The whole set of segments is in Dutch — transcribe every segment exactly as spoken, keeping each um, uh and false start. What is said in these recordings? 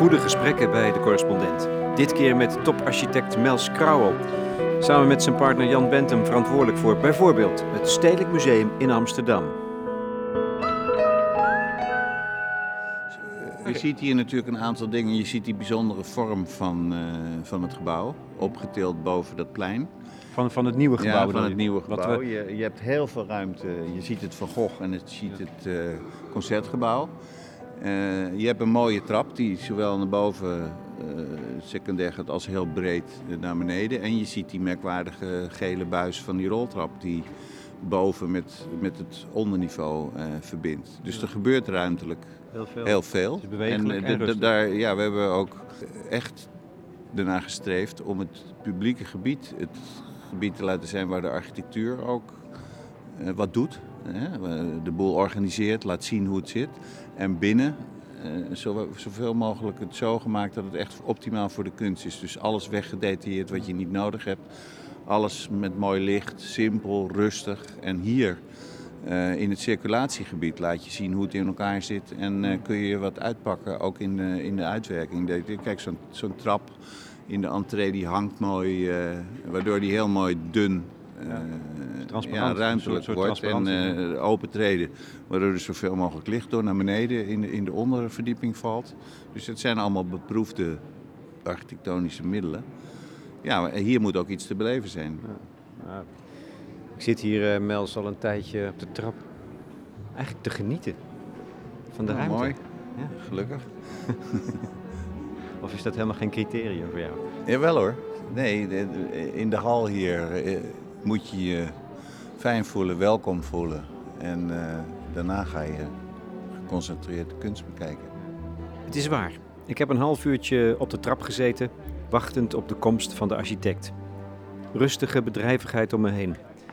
Goede gesprekken bij De Correspondent. Dit keer met toparchitect Mels Krauwel. Samen met zijn partner Jan Bentum verantwoordelijk voor bijvoorbeeld het Stedelijk Museum in Amsterdam. Je ziet hier natuurlijk een aantal dingen. Je ziet die bijzondere vorm van, uh, van het gebouw, opgetild boven dat plein. Van, van het nieuwe gebouw? Ja, van het je? nieuwe gebouw. We... Je, je hebt heel veel ruimte. Je ziet het Van Gogh en je ziet het uh, Concertgebouw. Uh, je hebt een mooie trap die zowel naar boven uh, secundair gaat als heel breed uh, naar beneden. En je ziet die merkwaardige gele buis van die roltrap die boven met, met het onderniveau uh, verbindt. Dus er gebeurt ruimtelijk heel veel. Heel veel. Het is bewegelijk en, en, en daar, ja, we hebben ook echt ernaar gestreefd om het publieke gebied, het gebied te laten zijn waar de architectuur ook uh, wat doet. De boel organiseert, laat zien hoe het zit. En binnen uh, zo, zoveel mogelijk het zo gemaakt dat het echt optimaal voor de kunst is. Dus alles weggedetailleerd wat je niet nodig hebt. Alles met mooi licht, simpel, rustig. En hier uh, in het circulatiegebied laat je zien hoe het in elkaar zit. En uh, kun je wat uitpakken, ook in de, in de uitwerking. Kijk, zo'n, zo'n trap in de entree die hangt mooi, uh, waardoor die heel mooi dun... Uh, ja, ruimtelijk soort, soort wordt en uh, open treden, waardoor er zoveel mogelijk licht door naar beneden in de, in de onderverdieping valt. Dus het zijn allemaal beproefde architectonische middelen. Ja, hier moet ook iets te beleven zijn. Ja, ja. Ik zit hier, uh, Mels, al een tijdje op de trap. Eigenlijk te genieten van de oh, ruimte. Mooi, ja. Gelukkig. Of is dat helemaal geen criterium voor jou? Jawel hoor. Nee, in de hal hier moet je je fijn voelen, welkom voelen. En uh, daarna ga je geconcentreerd de kunst bekijken. Het is waar. Ik heb een half uurtje op de trap gezeten, wachtend op de komst van de architect. Rustige bedrijvigheid om me heen.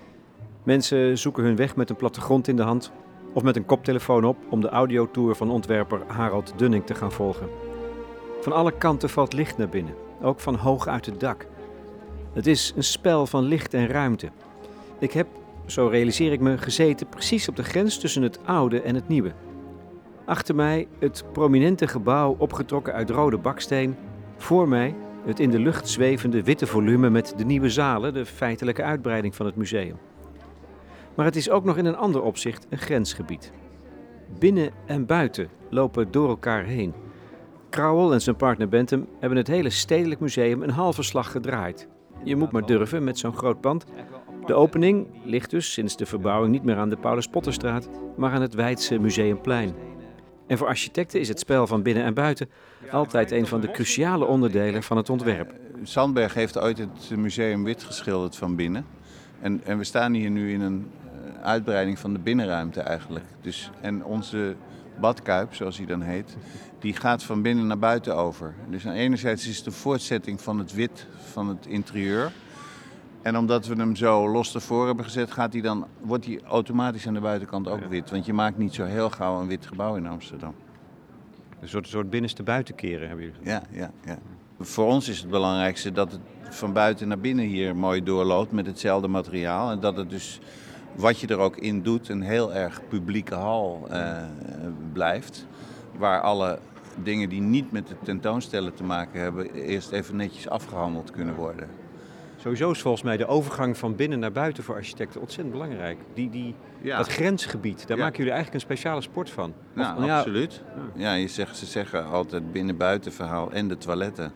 Mensen zoeken hun weg met een plattegrond in de hand of met een koptelefoon op om de audiotour van ontwerper Harald Dunning te gaan volgen. Van alle kanten valt licht naar binnen, ook van hoog uit het dak. Het is een spel van licht en ruimte. Ik heb, zo realiseer ik me, gezeten precies op de grens tussen het oude en het nieuwe. Achter mij het prominente gebouw opgetrokken uit rode baksteen. Voor mij het in de lucht zwevende witte volume met de nieuwe zalen, de feitelijke uitbreiding van het museum. Maar het is ook nog in een ander opzicht een grensgebied. Binnen en buiten lopen door elkaar heen. Krauwel en zijn partner Bentum hebben het hele Stedelijk Museum een halve slag gedraaid. Je moet maar durven met zo'n groot pand. De opening ligt dus sinds de verbouwing niet meer aan de Paulus Potterstraat, maar aan het Weidse Museumplein. En voor architecten is het spel van binnen en buiten altijd een van de cruciale onderdelen van het ontwerp. Sandberg heeft ooit het museum wit geschilderd van binnen. En, en we staan hier nu in een uitbreiding van de binnenruimte eigenlijk. Dus, en onze badkuip, zoals die dan heet, die gaat van binnen naar buiten over. Dus aan enerzijds is het de voortzetting van het wit van het interieur. En omdat we hem zo los ervoor hebben gezet, gaat hij dan, wordt hij automatisch aan de buitenkant ook wit. Want je maakt niet zo heel gauw een wit gebouw in Amsterdam. Een soort, soort binnenste buitenkeren hebben jullie. Ja, ja, ja. Voor ons is het belangrijkste dat het van buiten naar binnen hier mooi doorloopt met hetzelfde materiaal. En dat het dus, wat je er ook in doet, een heel erg publieke hal uh, blijft. Waar alle dingen die niet met het tentoonstellen te maken hebben, eerst even netjes afgehandeld kunnen worden. Sowieso is volgens mij de overgang van binnen naar buiten voor architecten ontzettend belangrijk. Die, die, ja. Dat grensgebied, daar ja. maken jullie eigenlijk een speciale sport van. Ja, of, ja absoluut. Ja, ja je zegt, ze zeggen altijd binnen-buiten verhaal en de toiletten.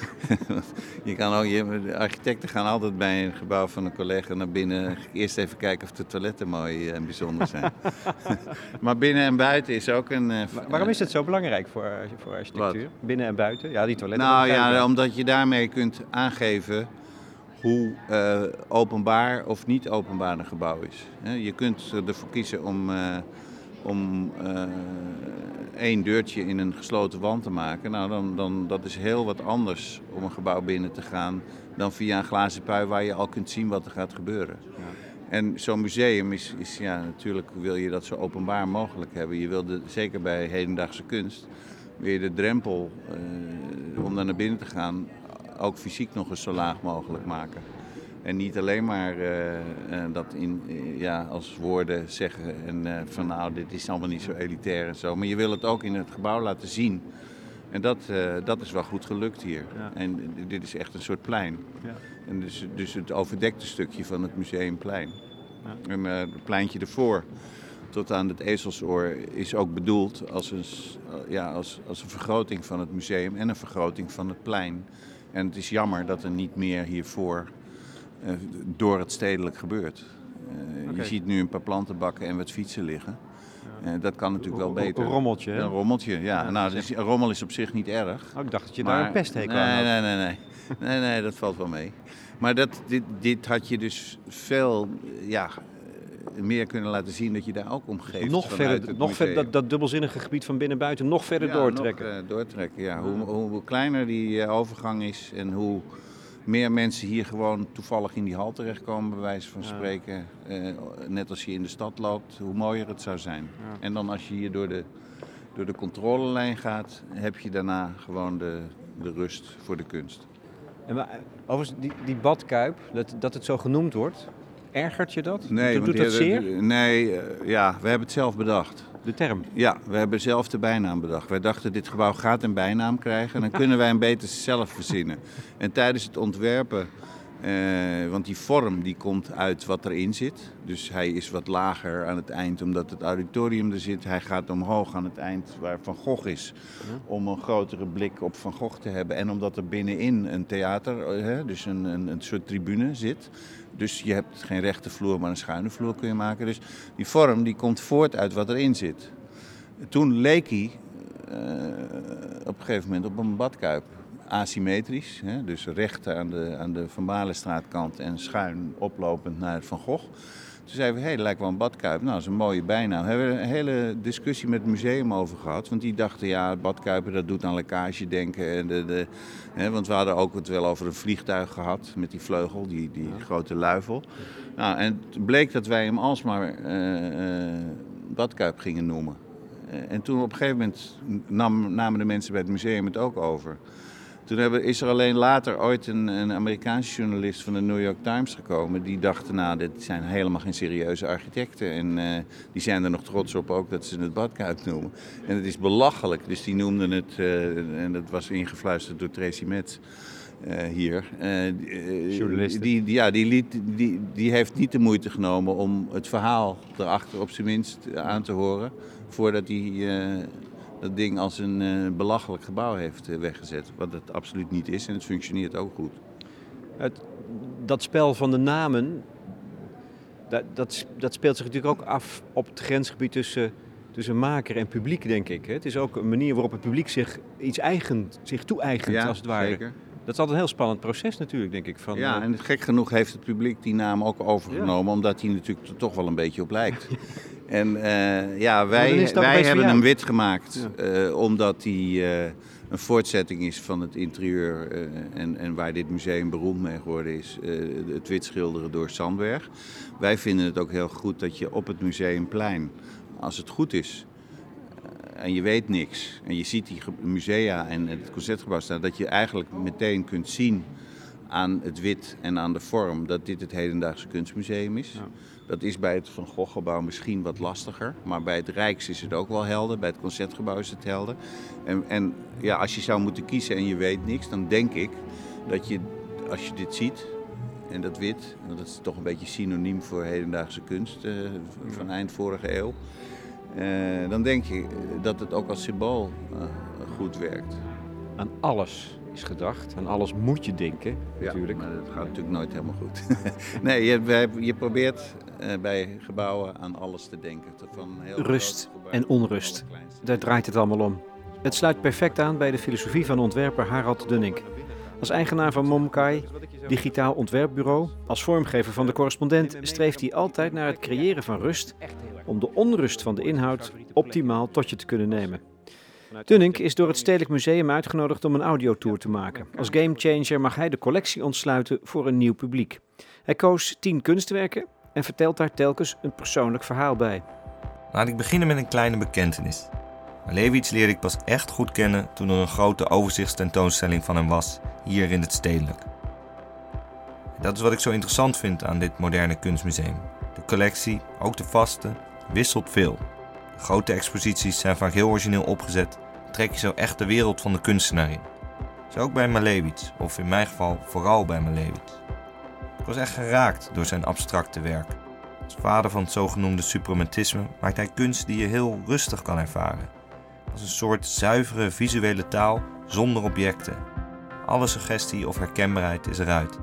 je kan ook, je, de architecten gaan altijd bij een gebouw van een collega naar binnen. Eerst even kijken of de toiletten mooi en bijzonder zijn. maar binnen en buiten is ook een... Uh, Waarom is het zo belangrijk voor, voor architectuur? Wat? Binnen en buiten? Ja, die toiletten. Nou ja, omdat je daarmee kunt aangeven hoe uh, openbaar of niet openbaar een gebouw is. Je kunt ervoor kiezen om, uh, om uh, één deurtje in een gesloten wand te maken. Nou, dan, dan, dat is heel wat anders om een gebouw binnen te gaan dan via een glazen pui waar je al kunt zien wat er gaat gebeuren. Ja. En zo'n museum is, is, ja, natuurlijk wil je dat zo openbaar mogelijk hebben. Je wil de, zeker bij hedendaagse kunst, wil je de drempel uh, om daar naar binnen te gaan ook fysiek nog eens zo laag mogelijk maken. En niet alleen maar uh, uh, dat in, uh, ja, als woorden zeggen en uh, van nou dit is allemaal niet zo elitair en zo. Maar je wil het ook in het gebouw laten zien En dat, uh, dat is wel goed gelukt hier. Ja. En dit is echt een soort plein. Ja. En dus, dus het overdekte stukje van het Museumplein. Ja. En uh, het pleintje ervoor, tot aan het Ezelsoor, is ook bedoeld als een, ja, als, als een vergroting van het museum en een vergroting van het plein. En het is jammer dat er niet meer hiervoor uh, door het stedelijk gebeurt. Uh, okay. Je ziet nu een paar plantenbakken en wat fietsen liggen. Ja. Uh, dat kan natuurlijk wel beter. Een rommeltje, hè? Een rommeltje, ja. ja nou, dus, een rommel is op zich niet erg. Oh, ik dacht dat je maar, daar een pesthekel nee, aan had. Nee, nee, nee. nee, nee, dat valt wel mee. Maar dat, dit, dit had je dus veel ja, meer kunnen laten zien dat je daar ook om geeft. Nog verder, nog verder dat, dat dubbelzinnige gebied van binnen-buiten nog verder ja, doortrekken. Nog, uh, doortrekken, ja. Hoe, hoe, hoe kleiner die uh, overgang is en hoe meer mensen hier gewoon toevallig in die hal terechtkomen, bij wijze van spreken. Ja. Uh, net als je in de stad loopt, hoe mooier het zou zijn. Ja. En dan als je hier door de, door de controlelijn gaat, heb je daarna gewoon de, de rust voor de kunst. En maar, overigens, die, die badkuip, dat, dat het zo genoemd wordt, ergert je dat? Nee, doet, doet dat zeer? Nee, uh, ja, we hebben het zelf bedacht. De term? Ja, we hebben zelf de bijnaam bedacht. Wij dachten, dit gebouw gaat een bijnaam krijgen en dan kunnen wij hem beter zelf verzinnen. En tijdens het ontwerpen, uh, want die vorm die komt uit wat erin zit. Dus hij is wat lager aan het eind omdat het auditorium er zit. Hij gaat omhoog aan het eind waar Van Gogh is. Om een grotere blik op Van Gogh te hebben. En omdat er binnenin een theater, uh, dus een, een, een soort tribune zit. Dus je hebt geen rechte vloer, maar een schuine vloer kun je maken. Dus die vorm die komt voort uit wat erin zit. Toen leek hij uh, op een gegeven moment op een badkuip. Asymmetrisch, hè? Dus recht aan de, aan de Van Balenstraatkant en schuin oplopend naar het Van Gogh. Toen zeiden we, hé, hey, dat lijkt wel een badkuip. Nou, dat is een mooie bijnaam. Daar hebben we een hele discussie met het museum over gehad. Want die dachten, ja, badkuipen, dat doet aan lekkage denken. En de, de, hè, want we hadden ook het wel over een vliegtuig gehad met die vleugel, die, die ja. grote luifel. Nou, en het bleek dat wij hem alsmaar uh, uh, badkuip gingen noemen. Uh, en toen op een gegeven moment nam, namen de mensen bij het museum het ook over. Toen hebben, is er alleen later ooit een, een Amerikaanse journalist van de New York Times gekomen. Die dachten, nou, dit zijn helemaal geen serieuze architecten. En uh, die zijn er nog trots op ook dat ze het badkuip noemen. En het is belachelijk. Dus die noemden het, uh, en dat was ingefluisterd door Tracy Metz uh, hier. Uh, Journalisten. Die, die, ja, die, liet, die, die heeft niet de moeite genomen om het verhaal erachter op zijn minst aan te horen. Voordat hij... Uh, dat ding als een uh, belachelijk gebouw heeft uh, weggezet. Wat het absoluut niet is en het functioneert ook goed. Het, dat spel van de namen, dat, dat, dat speelt zich natuurlijk ook af op het grensgebied tussen, tussen maker en publiek, denk ik. Het is ook een manier waarop het publiek zich iets eigent, zich toe-eigent, ja, als het ware. Zeker. Dat is altijd een heel spannend proces natuurlijk, denk ik. Van, ja, uh... en gek genoeg heeft het publiek die naam ook overgenomen, ja. Omdat hij natuurlijk er toch wel een beetje op lijkt. En uh, ja, wij, wij hebben hem wit gemaakt, ja. uh, omdat hij uh, een voortzetting is van het interieur uh, en, en waar dit museum beroemd mee geworden is, uh, het wit schilderen door Sandberg. Wij vinden het ook heel goed dat je op het Museumplein, als het goed is, uh, en je weet niks, en je ziet die musea en het Concertgebouw staan, dat je eigenlijk meteen kunt zien aan het wit en aan de vorm dat dit het hedendaagse kunstmuseum is. Ja. Dat is bij het Van Gogh-gebouw misschien wat lastiger, maar bij het Rijks is het ook wel helder, bij het Concertgebouw is het helder. En, en ja, als je zou moeten kiezen en je weet niks, dan denk ik dat je, als je dit ziet, en dat wit, dat is toch een beetje synoniem voor hedendaagse kunst uh, van eind vorige eeuw, uh, dan denk je dat het ook als symbool uh, goed werkt. Aan alles is gedacht. Aan alles moet je denken, natuurlijk. Ja, maar dat gaat natuurlijk nooit helemaal goed. Nee, je, je probeert uh, bij gebouwen aan alles te denken. Van heel Rust en onrust. Daar draait het allemaal om. Het sluit perfect aan bij de filosofie van ontwerper Harald Dunink. Als eigenaar van Momkai, digitaal ontwerpbureau, als vormgever van De Correspondent, streeft hij altijd naar het creëren van rust om de onrust van de inhoud optimaal tot je te kunnen nemen. Dunink is door het Stedelijk Museum uitgenodigd om een audiotour te maken. Als gamechanger mag hij de collectie ontsluiten voor een nieuw publiek. Hij koos tien kunstwerken en vertelt daar telkens een persoonlijk verhaal bij. Laat ik beginnen met een kleine bekentenis. Malevich leerde ik pas echt goed kennen toen er een grote overzichtstentoonstelling van hem was, hier in het Stedelijk. Dat is wat ik zo interessant vind aan dit moderne kunstmuseum. De collectie, ook de vaste, wisselt veel. De grote exposities zijn vaak heel origineel opgezet, trek je zo echt de wereld van de kunstenaar in. Zo ook bij Malevich, of in mijn geval vooral bij Malevich. Ik was echt geraakt door zijn abstracte werk. Als vader van het zogenoemde suprematisme maakt hij kunst die je heel rustig kan ervaren. Als een soort zuivere visuele taal zonder objecten. Alle suggestie of herkenbaarheid is eruit.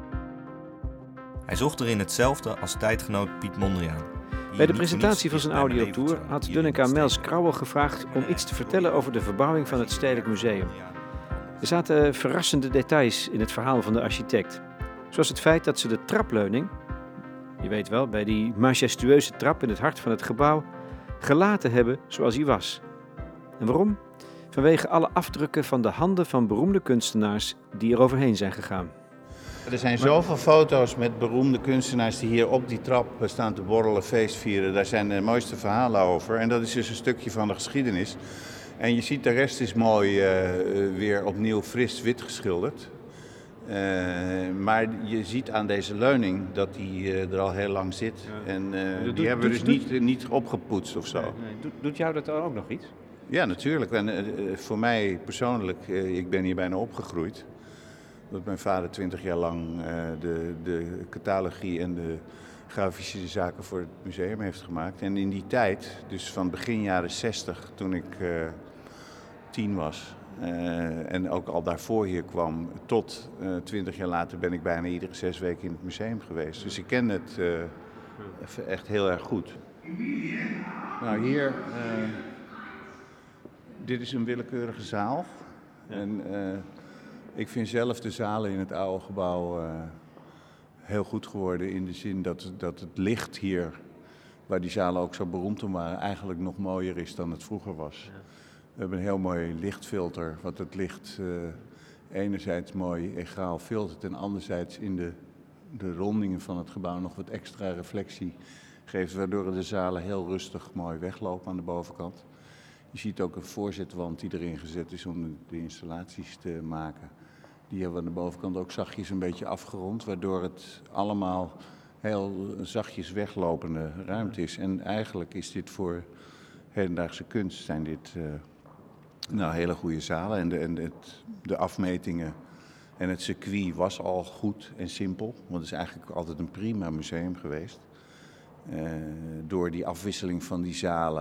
Hij zocht erin hetzelfde als tijdgenoot Piet Mondriaan. Bij de presentatie van zijn audiotour had Dönneke aan Mels Krauwel gevraagd om iets te vertellen over de verbouwing van het Stedelijk Museum. Er zaten verrassende details in het verhaal van de architect. Zoals het feit dat ze de trapleuning, je weet wel, bij die majestueuze trap in het hart van het gebouw, gelaten hebben zoals hij was. En waarom? Vanwege alle afdrukken van de handen van beroemde kunstenaars die er overheen zijn gegaan. Er zijn zoveel foto's met beroemde kunstenaars die hier op die trap staan te borrelen, feest vieren. Daar zijn de mooiste verhalen over. En dat is dus een stukje van de geschiedenis. En je ziet de rest is mooi uh, weer opnieuw fris wit geschilderd. Uh, maar je ziet aan deze leuning dat die uh, er al heel lang zit. Ja. En uh, die doet, hebben we dus doet, niet, niet opgepoetst of zo. Nee, nee. Doet, doet jou dat ook nog iets? Ja, natuurlijk. En uh, voor mij persoonlijk, uh, ik ben hier bijna opgegroeid. Dat mijn vader twintig jaar lang uh, de, de catalogie en de grafische zaken voor het museum heeft gemaakt. En in die tijd, dus van begin jaren zestig, toen ik uh, tien was uh, en ook al daarvoor hier kwam, tot uh, twintig jaar later ben ik bijna iedere zes weken in het museum geweest. Dus ik ken het uh, echt heel erg goed. Nou, hier, uh, dit is een willekeurige zaal. Ja. En, uh, Ik vind zelf de zalen in het oude gebouw uh, heel goed geworden in de zin dat, dat het licht hier, waar die zalen ook zo beroemd om waren, eigenlijk nog mooier is dan het vroeger was. Ja. We hebben een heel mooi lichtfilter, wat het licht uh, enerzijds mooi egaal filtert en anderzijds in de, de rondingen van het gebouw nog wat extra reflectie geeft, waardoor de zalen heel rustig mooi weglopen aan de bovenkant. Je ziet ook een voorzetwand die erin gezet is om de installaties te maken. Die hebben we aan de bovenkant ook zachtjes een beetje afgerond, waardoor het allemaal heel zachtjes weglopende ruimte is. En eigenlijk is dit voor hedendaagse kunst zijn dit uh, nou, hele goede zalen. En, de, en het, de afmetingen en het circuit was al goed en simpel, want het is eigenlijk altijd een prima museum geweest. Uh, door die afwisseling van die zalen.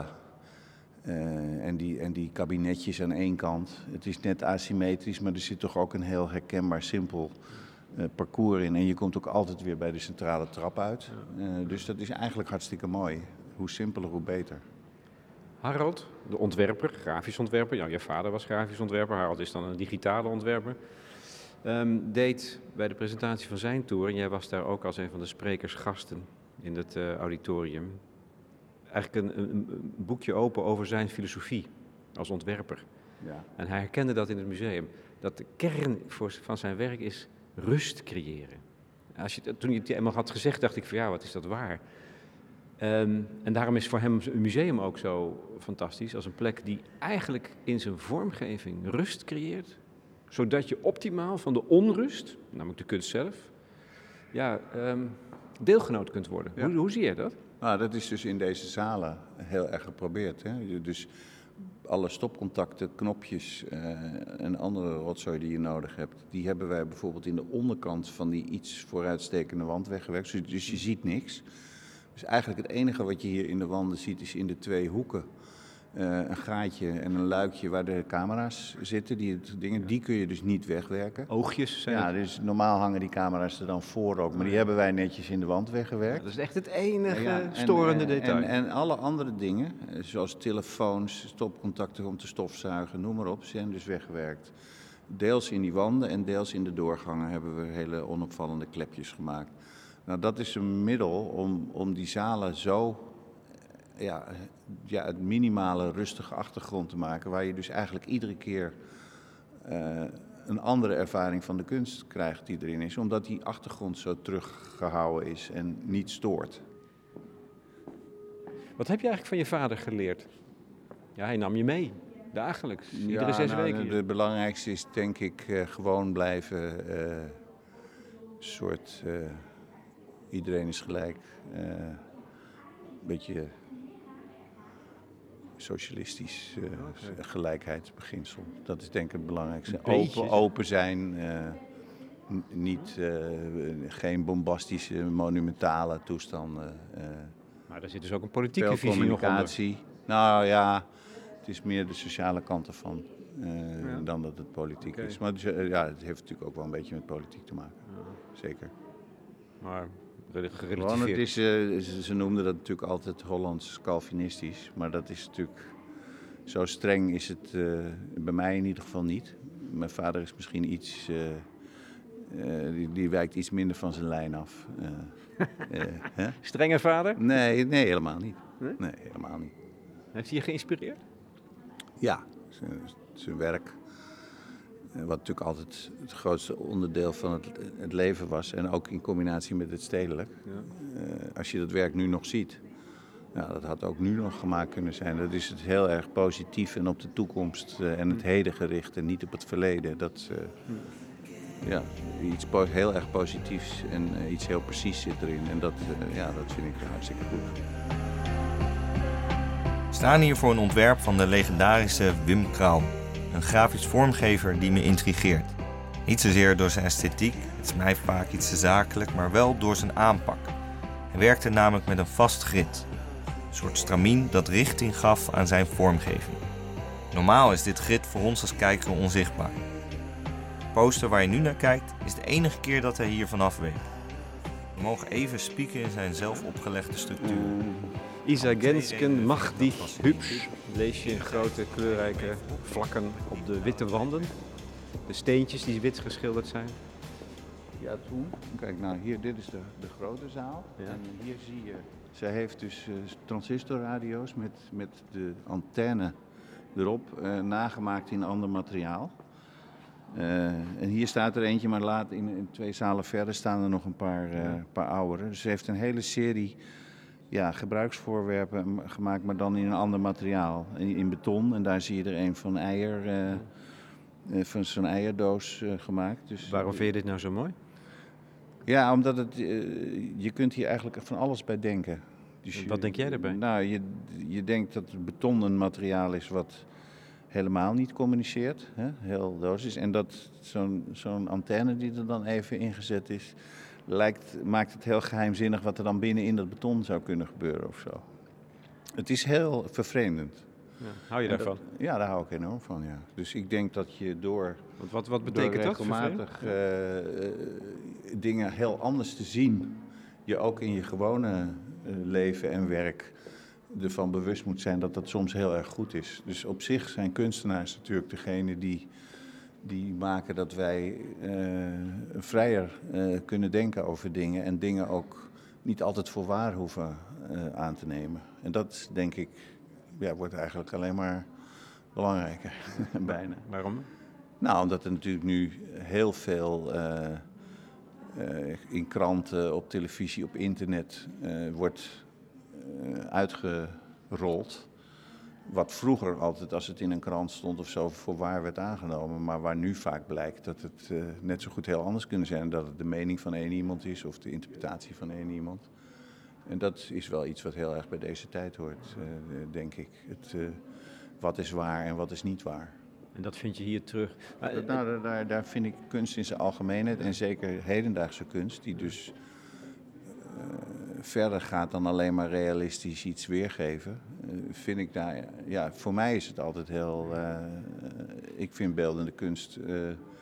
Uh, en, die, en die kabinetjes aan één kant. Het is net asymmetrisch, maar er zit toch ook een heel herkenbaar, simpel uh, parcours in. En je komt ook altijd weer bij de centrale trap uit. Uh, dus dat is eigenlijk hartstikke mooi. Hoe simpeler, hoe beter. Harald, de ontwerper, grafisch ontwerper. Ja, je vader was grafisch ontwerper. Harald is dan een digitale ontwerper. Um, deed bij de presentatie van zijn tour, en jij was daar ook als een van de sprekers gasten in het uh, auditorium, eigenlijk een, een, een boekje open over zijn filosofie als ontwerper. Ja. En hij herkende dat in het museum. Dat de kern voor, van zijn werk is rust creëren. Als je, toen hij het eenmaal had gezegd, dacht ik van ja, wat is dat waar. Um, en daarom is voor hem een museum ook zo fantastisch, als een plek die eigenlijk in zijn vormgeving rust creëert, zodat je optimaal van de onrust, namelijk de kunst zelf, ja, um, deelgenoot kunt worden. Ja. Hoe, hoe zie je dat? Nou, dat is dus in deze zalen heel erg geprobeerd. Hè? Dus alle stopcontacten, knopjes uh, en andere rotzooi die je nodig hebt, die hebben wij bijvoorbeeld in de onderkant van die iets vooruitstekende wand weggewerkt. Dus, dus je ziet niks. Dus eigenlijk het enige wat je hier in de wanden ziet is in de twee hoeken uh, een gaatje en een luikje waar de camera's zitten. Die dingen, die kun je dus niet wegwerken. Oogjes zijn Ja, dus normaal hangen die camera's er dan voor ook. Maar die hebben wij netjes in de wand weggewerkt. Ja, dat is echt het enige ja, en, storende en, detail. En, en alle andere dingen, zoals telefoons, stopcontacten om te stofzuigen, noem maar op, zijn dus weggewerkt. Deels in die wanden en deels in de doorgangen hebben we hele onopvallende klepjes gemaakt. Nou, dat is een middel om, om die zalen zo ja, ja, het minimale rustige achtergrond te maken, waar je dus eigenlijk iedere keer uh, een andere ervaring van de kunst krijgt die erin is, omdat die achtergrond zo teruggehouden is en niet stoort. Wat heb je eigenlijk van je vader geleerd? Ja, hij nam je mee, dagelijks, iedere ja, zes nou, weken. Het belangrijkste is denk ik uh, gewoon blijven, uh, soort, uh, iedereen is gelijk, uh, een beetje socialistisch uh, okay. gelijkheidsbeginsel. Dat is denk ik het belangrijkste. Beetje. Open, open zijn, uh, n- niet, uh, geen bombastische, monumentale toestanden. Uh, maar er zit dus ook een politieke visie communicatie. nog onder. Nou ja, het is meer de sociale kant ervan uh, ja. dan dat het politiek okay. is. Maar dus, uh, ja, het heeft natuurlijk ook wel een beetje met politiek te maken. Ja. Zeker. Maar gerelativeerd. Het is, uh, ze, ze noemden dat natuurlijk altijd Hollands Calvinistisch. Maar dat is natuurlijk... Zo streng is het uh, bij mij in ieder geval niet. Mijn vader is misschien iets... Uh, uh, die, die wijkt iets minder van zijn lijn af. Uh, uh, huh? Strenge vader? Nee, nee, helemaal niet. Nee? Nee, helemaal niet. Heeft hij je geïnspireerd? Ja, zijn, zijn werk. Wat natuurlijk altijd het grootste onderdeel van het, het leven was. En ook in combinatie met het stedelijk. Ja. Uh, als je dat werk nu nog ziet. Ja, dat had ook nu nog gemaakt kunnen zijn. Dat is het heel erg positief en op de toekomst uh, en het heden gericht en niet op het verleden. Dat uh, ja, iets po- heel erg positiefs en uh, iets heel precies zit erin. En dat, uh, ja, dat vind ik hartstikke goed. We staan hier voor een ontwerp van de legendarische Wim Kraal. Een grafisch vormgever die me intrigeert. Niet zozeer door zijn esthetiek, het is mij vaak iets te zakelijk, maar wel door zijn aanpak. Hij werkte namelijk met een vast grid. Een soort stramien dat richting gaf aan zijn vormgeving. Normaal is dit grid voor ons als kijker onzichtbaar. De poster waar je nu naar kijkt is de enige keer dat hij hiervan afweek. We mogen even spieken in zijn zelf opgelegde structuur. Isa Gensken mag die hübsch, lees je in grote kleurrijke vlakken op de witte wanden. De steentjes die wit geschilderd zijn. Ja, toen. Kijk, nou hier, dit is de, de grote zaal. Ja. En hier zie je, zij heeft dus uh, transistorradio's met, met de antenne erop, uh, nagemaakt in ander materiaal. Uh, en hier staat er eentje, maar laat in, in twee zalen verder staan er nog een paar, uh, paar oudere. Dus ze heeft een hele serie ja, gebruiksvoorwerpen gemaakt, maar dan in een ander materiaal. In, in beton. En daar zie je er een van eier, uh, uh, van zo'n eierdoos uh, gemaakt. Dus, waarom vind je dit nou zo mooi? Ja, omdat het, uh, je kunt hier eigenlijk van alles bij denken. Dus wat denk jij erbij? Nou, je, je denkt dat beton een materiaal is wat helemaal niet communiceert, hè? Heel doos is. En dat zo'n, zo'n antenne die er dan even ingezet is, lijkt, maakt het heel geheimzinnig wat er dan binnen in dat beton zou kunnen gebeuren of zo. Het is heel vervreemdend. Ja, hou je daarvan? Dat, ja, daar hou ik enorm van, ja. Dus ik denk dat je door... Want wat, wat betekent door regelmatig uh, dingen heel anders te zien, je ook in je gewone uh, leven en werk ervan bewust moet zijn dat dat soms heel erg goed is. Dus op zich zijn kunstenaars natuurlijk degene die, die maken dat wij uh, vrijer uh, kunnen denken over dingen en dingen ook niet altijd voor waar hoeven uh, aan te nemen. En dat, denk ik, ja, wordt eigenlijk alleen maar belangrijker, bijna. Waarom? Nou, omdat er natuurlijk nu heel veel uh, uh, in kranten, op televisie, op internet uh, wordt uh, uitgerold. Wat vroeger altijd, als het in een krant stond of zo, voor waar werd aangenomen. Maar waar nu vaak blijkt dat het uh, net zo goed heel anders kunnen zijn. Dat het de mening van één iemand is of de interpretatie van één iemand. En dat is wel iets wat heel erg bij deze tijd hoort, uh, denk ik. Het, uh, wat is waar en wat is niet waar. En dat vind je hier terug? Maar, nou, daar, daar vind ik kunst in zijn algemeenheid en zeker hedendaagse kunst, die dus uh, verder gaat dan alleen maar realistisch iets weergeven, uh, vind ik daar, ja, voor mij is het altijd heel, uh, ik vind beeldende kunst, uh,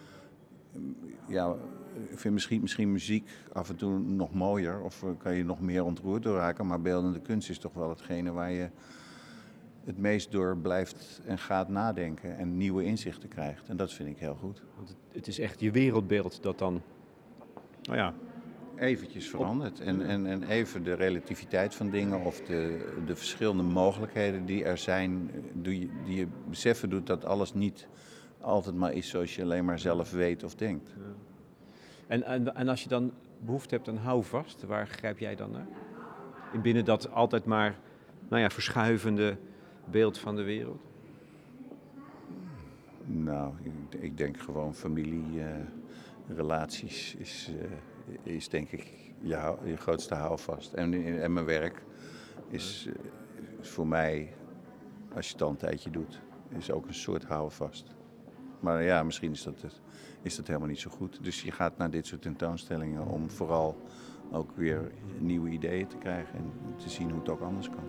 ja, ik vind misschien, misschien muziek af en toe nog mooier of kan je nog meer ontroerd door raken, maar beeldende kunst is toch wel hetgene waar je het meest door blijft en gaat nadenken en nieuwe inzichten krijgt. En dat vind ik heel goed. Want het is echt je wereldbeeld dat dan, nou ja, eventjes verandert. En, en, en even de relativiteit van dingen of de, de verschillende mogelijkheden die er zijn, die, die je beseffen doet dat alles niet altijd maar is zoals je alleen maar zelf weet of denkt. Ja. En, en, en als je dan behoefte hebt aan houvast, waar grijp jij dan naar? In binnen dat altijd maar, nou ja, verschuivende beeld van de wereld? Nou, ik, ik denk gewoon familie, uh, relaties is, uh, is denk ik je, je grootste houvast. En, en mijn werk is, uh, is voor mij als je het al een tijdje doet. Is ook een soort houvast. Maar ja, misschien is dat, het, is dat helemaal niet zo goed. Dus je gaat naar dit soort tentoonstellingen om vooral ook weer nieuwe ideeën te krijgen en te zien hoe het ook anders kan.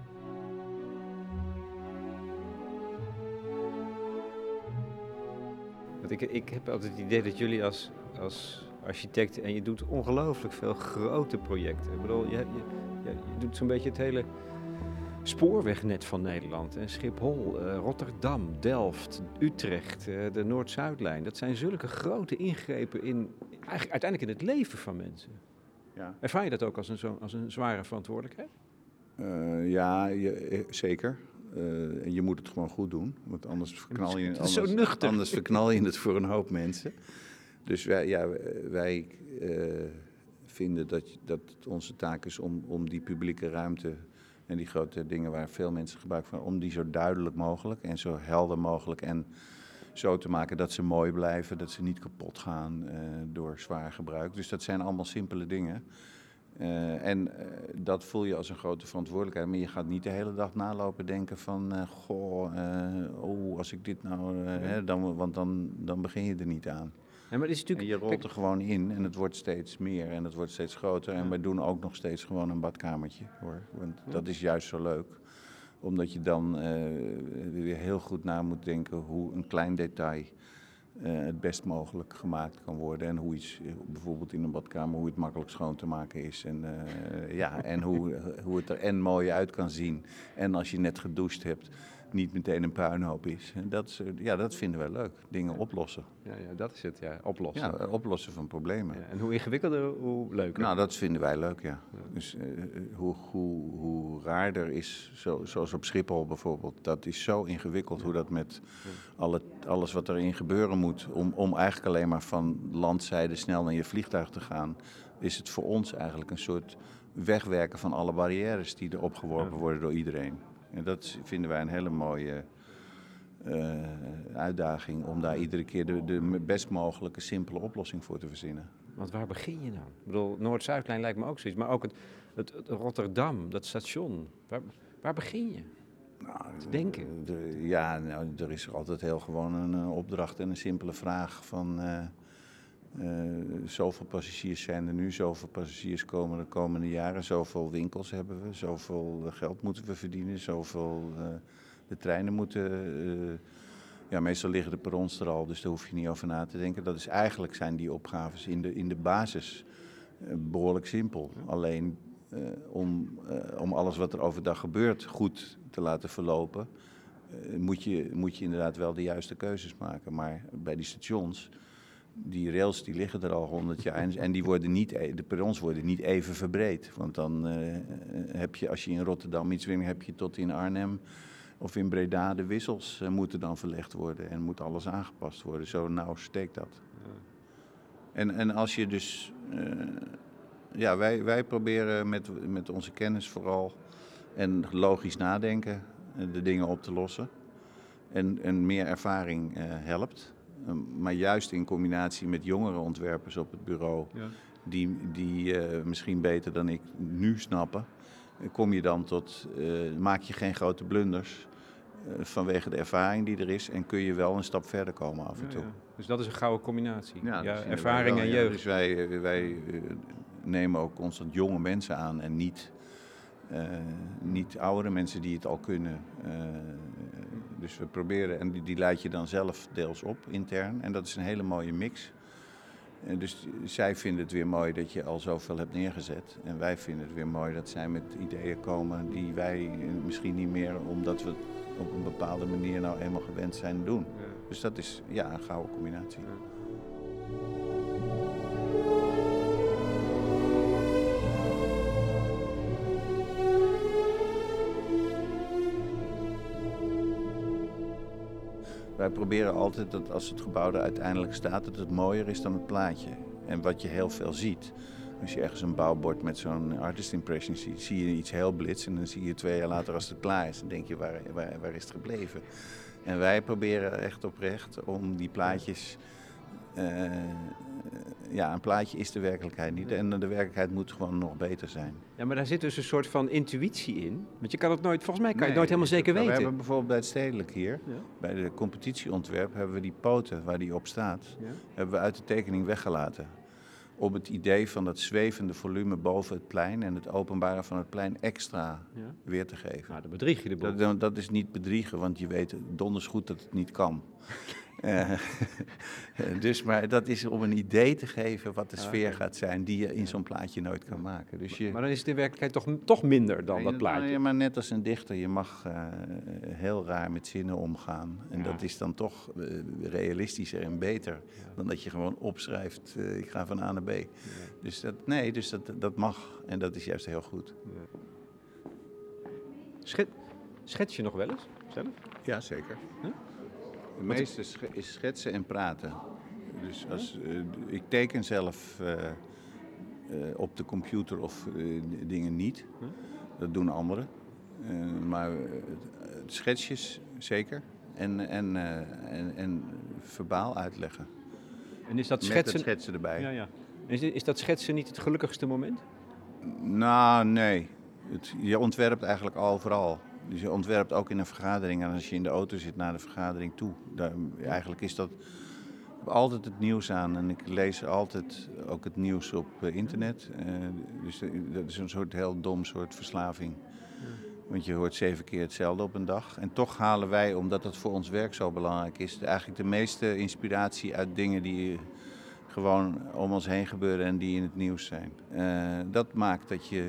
Want ik, ik heb altijd het idee dat jullie als, als architect, en je doet ongelooflijk veel grote projecten. Ik bedoel, je, je, je, je doet zo'n beetje het hele spoorwegnet van Nederland. Hè? Schiphol, uh, Rotterdam, Delft, Utrecht, uh, de Noord-Zuidlijn. Dat zijn zulke grote ingrepen in, eigenlijk uiteindelijk in het leven van mensen. Ja. Ervaar je dat ook als een, zo, als een zware verantwoordelijkheid? Uh, ja, je, zeker. Uh, en je moet het gewoon goed doen, want anders verknal je, anders, anders verknal je het voor een hoop mensen. Dus wij, ja, wij uh, vinden dat, dat het onze taak is om, om die publieke ruimte en die grote dingen waar veel mensen gebruik van, om die zo duidelijk mogelijk en zo helder mogelijk en zo te maken dat ze mooi blijven, dat ze niet kapot gaan uh, door zwaar gebruik. Dus dat zijn allemaal simpele dingen. Uh, en uh, dat voel je als een grote verantwoordelijkheid. Maar je gaat niet de hele dag nalopen denken van... Uh, goh, uh, oh, als ik dit nou... Uh, ja. hè, dan, want dan, dan begin je er niet aan. Ja, maar is natuurlijk... En je rolt Kijk... er gewoon in en het wordt steeds meer en het wordt steeds groter. En ja. wij doen ook nog steeds gewoon een badkamertje, hoor. Want ja. dat is juist zo leuk. Omdat je dan uh, weer heel goed na moet denken hoe een klein detail... Uh, het best mogelijk gemaakt kan worden. En hoe iets, bijvoorbeeld in een badkamer, hoe het makkelijk schoon te maken is. En, uh, ja, en hoe, hoe het er en mooi uit kan zien. En als je net gedoucht hebt, niet meteen een puinhoop is. En dat, ja, dat vinden wij leuk. Dingen oplossen. Ja, ja, dat is het, ja. Oplossen. Ja, oplossen van problemen. Ja, en hoe ingewikkelder, hoe leuker. Nou, dat vinden wij leuk, ja. ja. Dus uh, hoe, hoe, hoe raarder is, zo, zoals op Schiphol bijvoorbeeld. Dat is zo ingewikkeld, ja. hoe dat met ja. alle, alles wat erin gebeuren moet... Om, om eigenlijk alleen maar van landzijde snel naar je vliegtuig te gaan... is het voor ons eigenlijk een soort wegwerken van alle barrières... die er opgeworpen ja. worden door iedereen. En dat vinden wij een hele mooie uh, uitdaging... om daar iedere keer de, de best mogelijke simpele oplossing voor te verzinnen. Want waar begin je dan? Ik bedoel, Noord-Zuidlijn lijkt me ook zoiets. Maar ook het, het, het Rotterdam, dat station. Waar, waar begin je? Nou, te denken? De, ja, nou, er is altijd heel gewoon een, een opdracht en een simpele vraag van... Uh, uh, zoveel passagiers zijn er nu, zoveel passagiers komen de komende jaren... zoveel winkels hebben we, zoveel geld moeten we verdienen, zoveel... Uh, de treinen moeten... Uh, ja, meestal liggen de perrons er al, dus daar hoef je niet over na te denken. Dat is eigenlijk zijn die opgaves in de, in de basis uh, behoorlijk simpel. Alleen uh, om, uh, om alles wat er overdag gebeurt goed te laten verlopen... Uh, moet je, moet je inderdaad wel de juiste keuzes maken. Maar bij die stations, die rails die liggen er al honderd jaar... en die worden niet, de perrons worden niet even verbreed. Want dan uh, heb je, als je in Rotterdam iets wil, heb je tot in Arnhem... Of in Breda de wissels uh, moeten dan verlegd worden en moet alles aangepast worden. Zo nauw steekt dat. Ja. En, en als je dus... Uh, ja, wij, wij proberen met, met onze kennis vooral en logisch nadenken uh, de dingen op te lossen. En, en meer ervaring uh, helpt. Uh, maar juist in combinatie met jongere ontwerpers op het bureau... Ja. die, die uh, misschien beter dan ik nu snappen... kom je dan tot... Uh, maak je geen grote blunders... vanwege de ervaring die er is en kun je wel een stap verder komen af en toe. Ja, ja. Dus dat is een gouden combinatie. Ja, ja ervaring wel, en jeugd. Ja, dus wij, wij nemen ook constant jonge mensen aan en niet, uh, niet oudere mensen die het al kunnen. Uh, dus we proberen, en die, die leid je dan zelf deels op intern. En dat is een hele mooie mix. En dus zij vinden het weer mooi dat je al zoveel hebt neergezet. En wij vinden het weer mooi dat zij met ideeën komen die wij misschien niet meer, omdat we op een bepaalde manier nou eenmaal gewend zijn doen. Ja. Dus dat is ja, een gouden combinatie. Ja. Wij proberen altijd dat als het gebouw er uiteindelijk staat, dat het mooier is dan het plaatje. En wat je heel veel ziet, als je ergens een bouwbord met zo'n artist impression ziet, zie je iets heel blits en dan zie je twee jaar later als het klaar is, dan denk je, waar, waar, waar is het gebleven? En wij proberen echt oprecht om die plaatjes uh, ja, een plaatje is de werkelijkheid niet. En de werkelijkheid moet gewoon nog beter zijn. Ja, maar daar zit dus een soort van intuïtie in. Want je kan het nooit, volgens mij kan je het Nee, nooit helemaal zeker we weten. hebben bijvoorbeeld bij het Stedelijk hier, Ja. bij de competitieontwerp, hebben we die poten waar die op staat, Ja. hebben we uit de tekening weggelaten. Om het idee van dat zwevende volume boven het plein en het openbaren van het plein extra Ja. weer te geven. Nou, dan bedrieg je de boel. Dat, dat is niet bedriegen, want je weet donders goed dat het niet kan. uh, dus, maar dat is om een idee te geven wat de Ah, sfeer oké. gaat zijn die je in zo'n plaatje nooit kan maken. Dus je, Maar dan is het in werkelijkheid toch, toch minder dan dat Nou, plaatje. ja, maar net als een dichter, je mag uh, heel raar met zinnen omgaan. En Ja. dat is dan toch uh, realistischer en beter Ja. dan dat je gewoon opschrijft, uh, ik ga van A naar B. Ja. Dus dat, nee, dus dat, dat mag en dat is juist heel goed. Ja. Schet, schets je nog wel eens zelf? Ja, zeker. Huh? Het meeste sch- is schetsen en praten. Dus als, uh, ik teken zelf uh, uh, op de computer of uh, dingen niet. Huh? Dat doen anderen. Uh, maar uh, schetsjes zeker. En, en, uh, en, en verbaal uitleggen. En is dat Met schetsen... het schetsen erbij. Ja, ja. Is, is dat schetsen niet het gelukkigste moment? Nou, nee. Het, je ontwerpt eigenlijk overal. Dus je ontwerpt ook in een vergadering. En als je in de auto zit naar de vergadering toe. Daar, eigenlijk is dat altijd het nieuws aan. En ik lees altijd ook het nieuws op uh, internet. Uh, dus dat is een soort heel dom soort verslaving. Ja. Want je hoort zeven keer hetzelfde op een dag. En toch halen wij, omdat het voor ons werk zo belangrijk is, eigenlijk de meeste inspiratie uit dingen die gewoon om ons heen gebeuren en die in het nieuws zijn. Uh, dat maakt dat je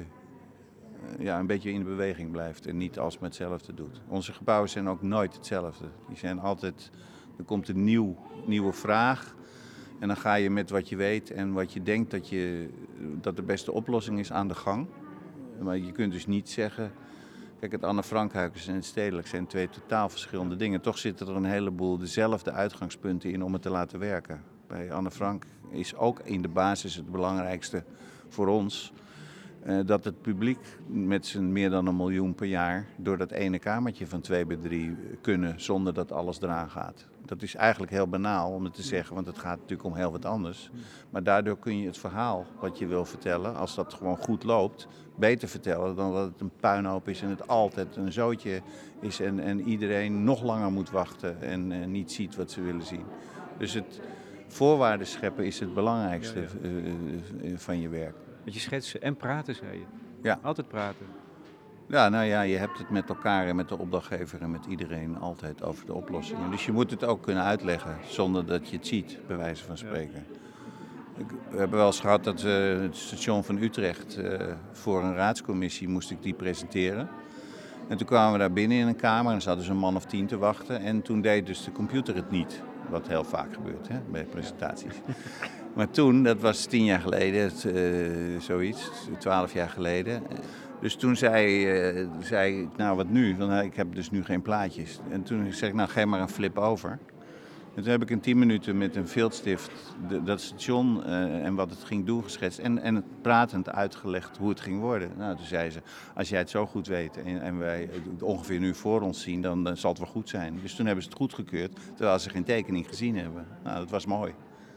uh, ja, een beetje in de beweging blijft en niet alsmaar hetzelfde doet. Onze gebouwen zijn ook nooit hetzelfde. Die zijn altijd, er komt een nieuw, nieuwe vraag en dan ga je met wat je weet en wat je denkt dat, je, dat de beste oplossing is aan de gang. Maar je kunt dus niet zeggen, kijk, het Anne Frankhuis en het Stedelijk zijn twee totaal verschillende dingen. Toch zitten er een heleboel dezelfde uitgangspunten in om het te laten werken. Bij Anne Frank is ook in de basis het belangrijkste voor ons uh, dat het publiek met zijn meer dan een miljoen per jaar door dat ene kamertje van twee bij drie kunnen zonder dat alles eraan gaat. Dat is eigenlijk heel banaal om het te zeggen, want het gaat natuurlijk om heel wat anders. Maar daardoor kun je het verhaal wat je wil vertellen, als dat gewoon goed loopt, beter vertellen dan dat het een puinhoop is en het altijd een zootje is en, en iedereen nog langer moet wachten en, en niet ziet wat ze willen zien. Dus het voorwaarden scheppen is het belangrijkste ja, ja. Uh, uh, van je werk. Met je schetsen en praten, zei je. Ja. Altijd praten. Ja, nou ja, je hebt het met elkaar en met de opdrachtgever en met iedereen altijd over de oplossingen. Dus je moet het ook kunnen uitleggen zonder dat je het ziet, bij wijze van spreken. Ja. We hebben wel eens gehad dat uh, het station van Utrecht, uh, voor een raadscommissie moest ik die presenteren. En toen kwamen we daar binnen in een kamer en zaten ze een man of tien te wachten. En toen deed dus de computer het niet, wat heel vaak gebeurt hè, bij presentaties. Maar toen, dat was tien jaar geleden, het, uh, zoiets, twaalf jaar geleden. Dus toen zei, uh, zei ik, nou wat nu? Want uh, ik heb dus nu geen plaatjes. En toen zei ik, nou geef maar een flip over. En toen heb ik in tien minuten met een viltstift de, dat station uh, en wat het ging doen geschetst. En, en het pratend uitgelegd hoe het ging worden. Nou, toen zei ze, als jij het zo goed weet en, en wij het ongeveer nu voor ons zien, dan, dan zal het wel goed zijn. Dus toen hebben ze het goedgekeurd, terwijl ze geen tekening gezien hebben. Nou, dat was mooi.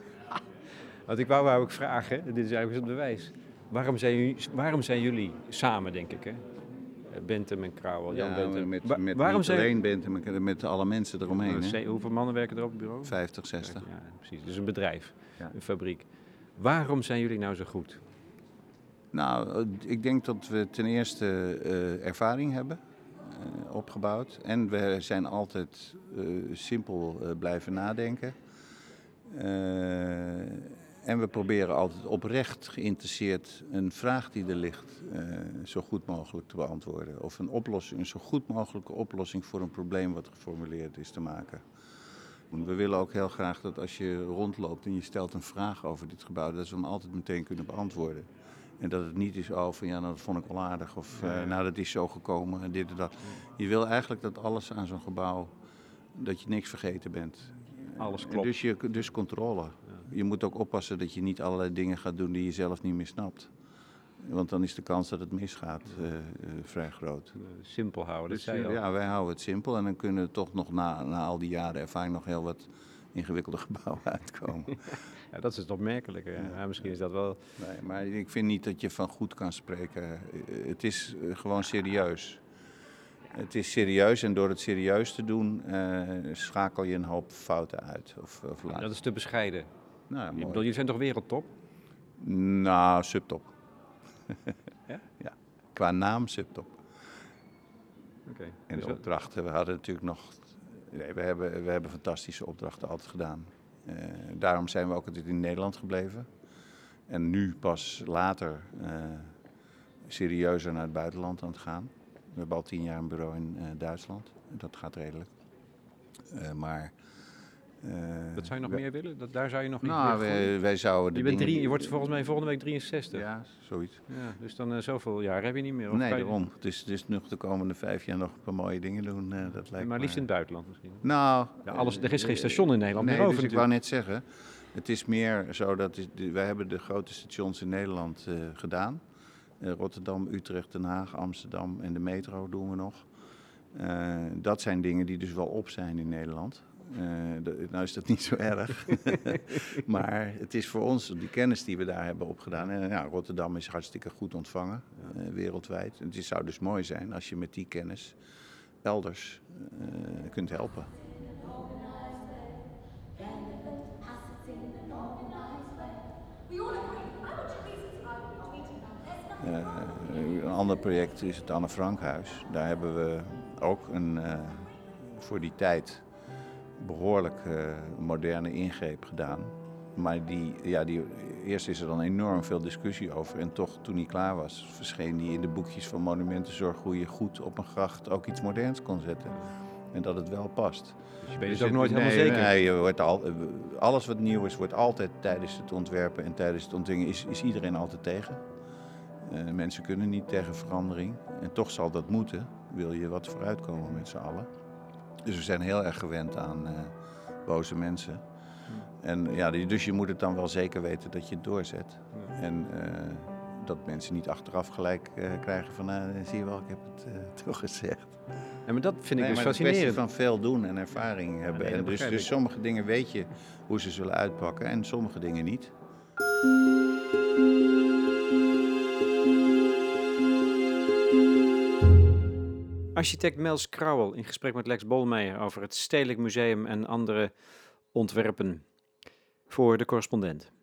Wat ik wou, wou ik vragen, dit is eigenlijk het bewijs. Waarom zijn, jullie, waarom zijn jullie samen, denk ik, hè? Bentham en Krauwel, Jan ja, Bentham. met, Wa- met waarom niet zijn... alleen Bentham, met, met alle mensen eromheen. Hè? Hè? Hoeveel mannen werken er op het bureau? vijftig, zestig. Ja, precies. Dus een bedrijf, ja. een fabriek. Waarom zijn jullie nou zo goed? Nou, ik denk dat we ten eerste uh, ervaring hebben uh, opgebouwd. En we zijn altijd uh, simpel uh, blijven nadenken. Uh, en we proberen altijd oprecht geïnteresseerd een vraag die er ligt uh, zo goed mogelijk te beantwoorden. Of een oplossing, een zo goed mogelijke oplossing voor een probleem wat geformuleerd is te maken. We willen ook heel graag dat als je rondloopt en je stelt een vraag over dit gebouw, dat ze hem altijd meteen kunnen beantwoorden. En dat het niet is over, ja, nou, dat vond ik wel aardig, of uh, nou, dat is zo gekomen en dit en dat. Je wil eigenlijk dat alles aan zo'n gebouw, dat je niks vergeten bent. Alles klopt. Dus, je, dus controle. Je moet ook oppassen dat je niet allerlei dingen gaat doen die je zelf niet meer snapt. Want dan is de kans dat het misgaat uh, uh, vrij groot. Uh, simpel houden, dus, dat zei je al. Ja, wij houden het simpel en dan kunnen we toch nog na, na al die jaren ervaring nog heel wat ingewikkelde gebouwen uitkomen. Ja, dat is het opmerkelijke. Ja. Ja, misschien is dat wel... Nee, maar ik vind niet dat je van goed kan spreken. Het is gewoon serieus. Het is serieus en door het serieus te doen uh, schakel je een hoop fouten uit. Of, of laat. Dat is te bescheiden. Nou, ja, Ik bedoel, jullie zijn toch wereldtop? Nou, subtop. Ja? Ja, qua naam subtop. Okay. En de dus opdrachten, we hadden natuurlijk nog... Nee, we hebben, we hebben fantastische opdrachten altijd gedaan. Uh, daarom zijn we ook altijd in Nederland gebleven. En nu pas later uh, serieuzer naar het buitenland aan het gaan. We hebben al tien jaar een bureau in uh, Duitsland. Dat gaat redelijk. Uh, maar... Uh, dat zou je nog we, meer willen? Dat, daar zou je nog niet nou, wij, wij zouden de je, bent dingen... drie, je wordt volgens mij volgende week drieënzestig. Ja, zoiets. Ja, dus dan uh, zoveel jaar heb je niet meer. Of nee, je... daarom. Dus, dus nog de komende vijf jaar nog een paar mooie dingen doen. Uh, dat lijkt maar liefst me... in het buitenland misschien. Nou... Ja, alles, er is geen station in Nederland nee, meer over dus ik wou net zeggen... Het is meer zo dat... Is, wij hebben de grote stations in Nederland uh, gedaan. Uh, Rotterdam, Utrecht, Den Haag, Amsterdam en de metro doen we nog. Uh, dat zijn dingen die dus wel op zijn in Nederland. Uh, de, nou is dat niet zo erg. Maar het is voor ons, die kennis die we daar hebben opgedaan. En ja, Rotterdam is hartstikke goed ontvangen, uh, wereldwijd. Het zou dus mooi zijn als je met die kennis elders uh, kunt helpen. Uh, een ander project is het Anne Frankhuis. Daar hebben we ook een, uh, voor die tijd behoorlijk uh, moderne ingreep gedaan. Maar die, ja, die, eerst is er dan enorm veel discussie over. En toch, toen die klaar was, verscheen die in de boekjes van Monumentenzorg hoe je goed op een gracht ook iets moderns kon zetten. En dat het wel past. Dus je weet dus het ook nooit nee, helemaal zeker? Nee, je wordt al, alles wat nieuw is, wordt altijd tijdens het ontwerpen en tijdens het ontwingen is, is iedereen altijd tegen. Uh, mensen kunnen niet tegen verandering. En toch zal dat moeten, wil je wat vooruitkomen met z'n allen. Dus we zijn heel erg gewend aan uh, boze mensen. Ja. En ja, dus je moet het dan wel zeker weten dat je het doorzet. Ja. En uh, dat mensen niet achteraf gelijk uh, krijgen van, uh, zie je wel, ik heb het uh, toch gezegd. Ja, maar dat vind ik nee, dus maar fascinerend. Het is van veel doen en ervaring hebben. Ja, nee, en dus, dus sommige dingen weet je hoe ze zullen uitpakken en sommige dingen niet. Architect Mels Krauwel in gesprek met Lex Bolmeijer over het Stedelijk Museum en andere ontwerpen voor De Correspondent.